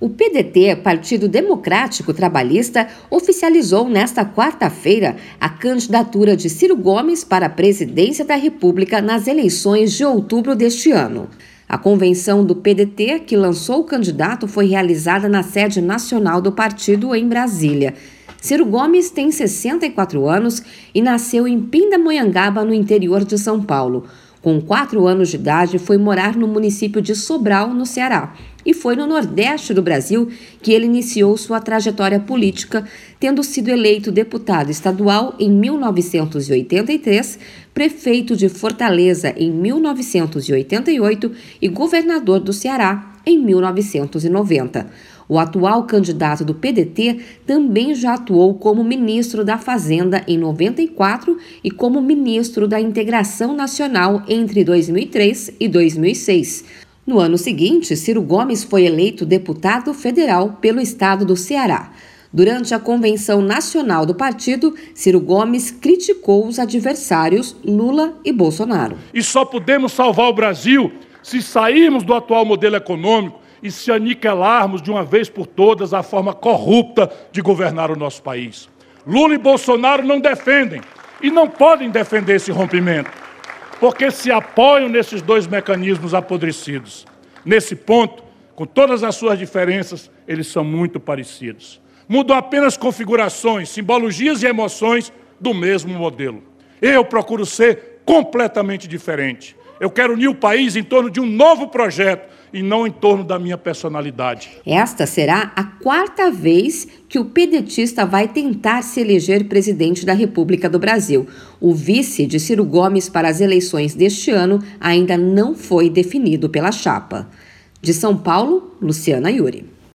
O PDT, Partido Democrático Trabalhista, oficializou nesta quarta-feira a candidatura de Ciro Gomes para a presidência da República nas eleições de outubro deste ano. A convenção do PDT, que lançou o candidato, foi realizada na sede nacional do partido em Brasília. Ciro Gomes tem 64 anos e nasceu em Pindamonhangaba, no interior de São Paulo. Com 4 anos de idade, foi morar no município de Sobral, no Ceará. E foi no Nordeste do Brasil que ele iniciou sua trajetória política, tendo sido eleito deputado estadual em 1983, prefeito de Fortaleza em 1988 e governador do Ceará em 1990. O atual candidato do PDT também já atuou como ministro da Fazenda em 94 e como ministro da Integração Nacional entre 2003 e 2006. No ano seguinte, Ciro Gomes foi eleito deputado federal pelo estado do Ceará. Durante a convenção nacional do partido, Ciro Gomes criticou os adversários Lula e Bolsonaro. E só podemos salvar o Brasil se sairmos do atual modelo econômico e se aniquilarmos de uma vez por todas a forma corrupta de governar o nosso país. Lula e Bolsonaro não defendem e não podem defender esse rompimento, porque se apoiam nesses dois mecanismos apodrecidos. Nesse ponto, com todas as suas diferenças, eles são muito parecidos. Mudam apenas configurações, simbologias e emoções do mesmo modelo. Eu procuro ser completamente diferente. Eu quero unir o país em torno de um novo projeto e não em torno da minha personalidade. Esta será a 4ª vez que o pedetista vai tentar se eleger presidente da República do Brasil. O vice de Ciro Gomes para as eleições deste ano ainda não foi definido pela chapa. De São Paulo, Luciana Iuri.